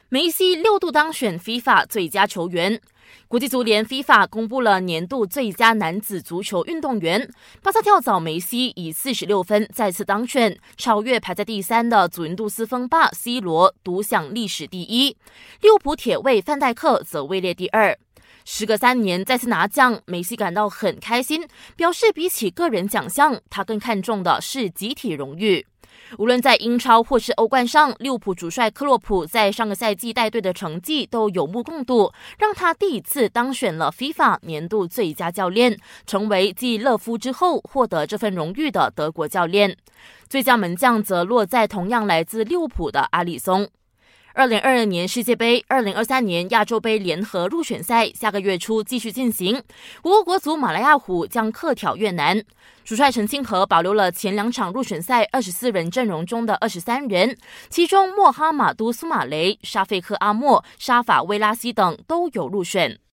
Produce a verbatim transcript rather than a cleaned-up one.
梅西六度当选 FIFA 最佳球员。国际足联 FIFA 公布了年度最佳男子足球运动员，巴萨跳蚤梅西以四十六分再次当选，超越排在第三的祖云杜斯锋霸 C 罗，独享历史第一。利物浦铁卫范戴克则位列第二。时隔三年再次拿奖，梅西感到很开心，表示比起个人奖项，他更看重的是集体荣誉。无论在英超或是欧冠上，利物浦主帅克洛普在上个赛季带队的成绩都有目共睹，让他第一次当选了 FIFA 年度最佳教练，成为继勒夫之后获得这份荣誉的德国教练。最佳门将则落在同样来自利物浦的阿里松。二零二二年世界杯、二零二三年亚洲杯联合入选赛下个月初继续进行，我国国足马来亚虎将客挑越南。主帅陈清河保留了前两场入选赛二十四人阵容中的二十三人，其中莫哈马都苏马雷、沙费克阿莫、沙法威拉西等都有入选。